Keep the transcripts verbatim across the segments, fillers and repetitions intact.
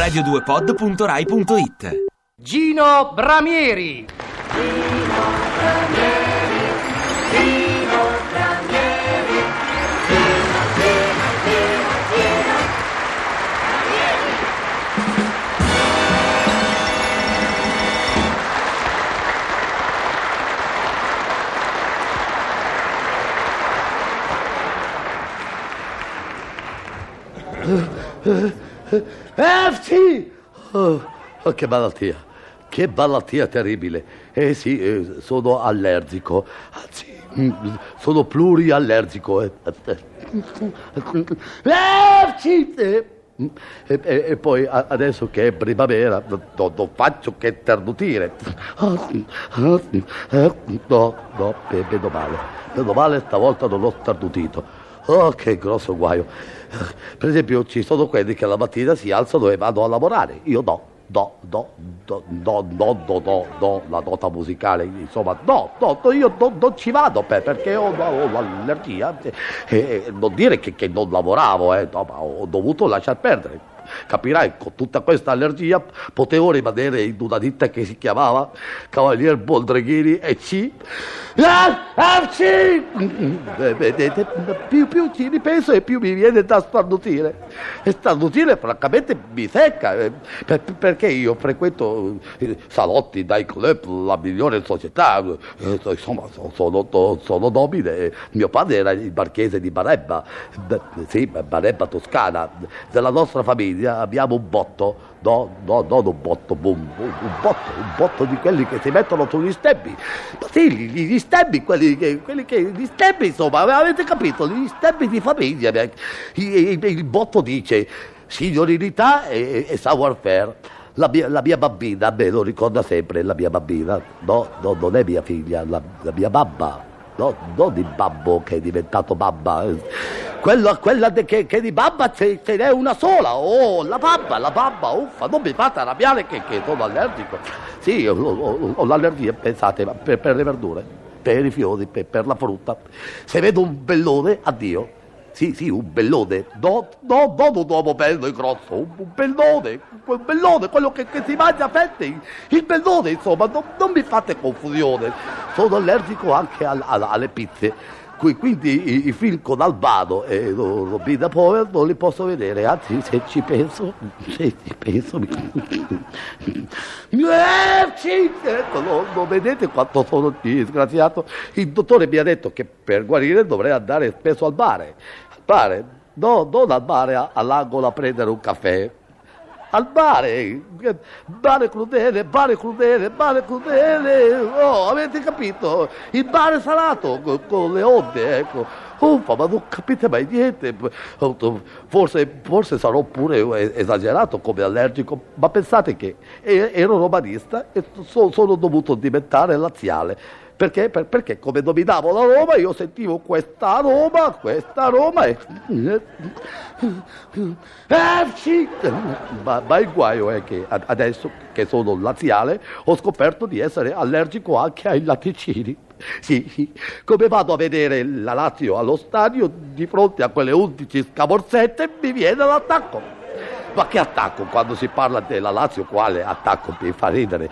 radio due pod punto rai punto it. Gino Bramieri. Gino Bramieri, Gino Bramieri, Gino, Gino, Gino, Gino Bramieri. Eh sì! Oh, oh, che malattia, che malattia terribile. Eh sì, eh, sono allergico, anzi, sono pluriallergico. Eh, eh sì! Eh. E, e, e poi adesso che è primavera non, non faccio che sternutire. No, no, vedo male, vedo male, stavolta non ho sternutito. Oh, che grosso guaio. Per esempio, ci sono quelli che la mattina si alzano e vanno a lavorare. Io no, no, no, no, no, no, no, no, no, la nota musicale, insomma, no, no, no, io non, non ci vado per, perché ho, ho l'allergia. E non dire che, che non lavoravo, eh, no, ma ho dovuto lasciar perdere. Capirai, con tutta questa allergia potevo rimanere in una ditta che si chiamava Cavalier Boldreghini e C. Ah, ah, sì! Vedete, più, più ci ripenso e più mi viene da starnutire. E starnutire francamente mi secca, per, perché io frequento salotti, dai club, la migliore società, insomma, sono, sono nobile. Mio padre era il marchese di Barebba, sì, Barebba Toscana. Della nostra famiglia abbiamo un botto, no, no, non un botto, boom, un botto, un botto di quelli che si mettono sugli stemmi. Ma sì, gli, gli stemmi, quelli che, quelli che, gli stemmi, insomma, avete capito, gli stemmi di famiglia. Il, il, il botto dice signorilità e, e savoir-faire. La mia, la mia bambina, me lo ricorda sempre, la mia bambina, no, no, non è mia figlia, la, la mia babba. No, non il babbo che è diventato babba, quella, quella de, che, che di babba ce, ce n'è una sola. Oh, la babba, la babba, uffa, non mi fate arrabbiare che, che sono allergico. Sì, ho, ho, ho l'allergia, pensate, per, per le verdure, per i fiori, per, per la frutta. Se vedo un bellone, addio. Sì, sì, un bellone, no, no, non un uomo bello e grosso, un, un bellone, un bellone, quello che, che si mangia a fette, il bellone, insomma, non, non mi fate confusione. Sono allergico anche al, al, alle pizze, quindi i, i film con Albano e Robina Power non li posso vedere, anzi, se ci penso, se ci penso, mi... ecco, non, non vedete quanto sono disgraziato? Il dottore mi ha detto che per guarire dovrei andare spesso al mare. Mare? No, non al mare, all'angolo a prendere un caffè. Al mare, mare crudele, mare crudele, mare crudele. Oh, avete capito? Il mare salato con, con le onde, ecco. Uffa, ma non capite mai niente. Forse, forse sarò pure esagerato come allergico, ma pensate che ero romanista e sono dovuto diventare laziale. Perché? Per, perché come dominavo la Roma io sentivo questa Roma, questa Roma e... Eh, sì. ma, ma il guaio è che adesso che sono laziale ho scoperto di essere allergico anche ai latticini. Sì, sì, come vado a vedere la Lazio allo stadio di fronte a quelle undici scamorzette mi viene l'attacco. Ma che attacco? Quando si parla della Lazio quale attacco mi fa ridere?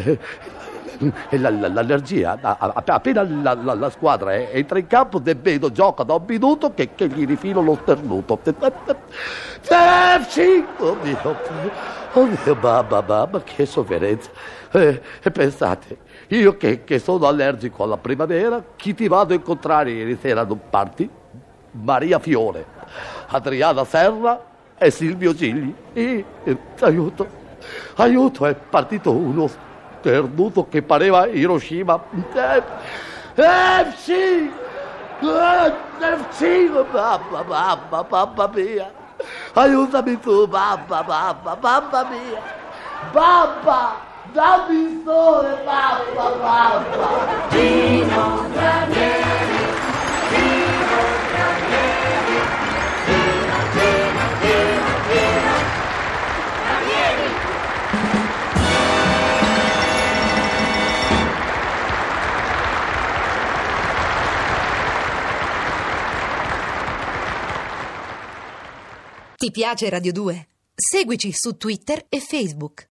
L'allergia, appena la, la, la squadra entra in campo nemmeno gioca da un minuto che, che gli rifilo lo sternuto. Eh, sì, oddio, oddio, mamma, mamma, che sofferenza. Eh, e pensate, io che, che sono allergico alla primavera, chi ti vado a incontrare ieri sera ad un party? Maria Fiore, Adriana Serra e Silvio Gigli. E, eh, aiuto, aiuto, è partito uno perduto che pareva Hiroshima. Eh, eh sì, eh, sì, mamma, mamma, mamma mia, aiutami tu, mamma, mamma, mamma mia, mamma, dammi sole, mamma, mamma. Gino Bramieri, Gino Bramieri, Gino, Gino, Gino, Gino Bramieri. Ti piace Radio due? Seguici su Twitter e Facebook.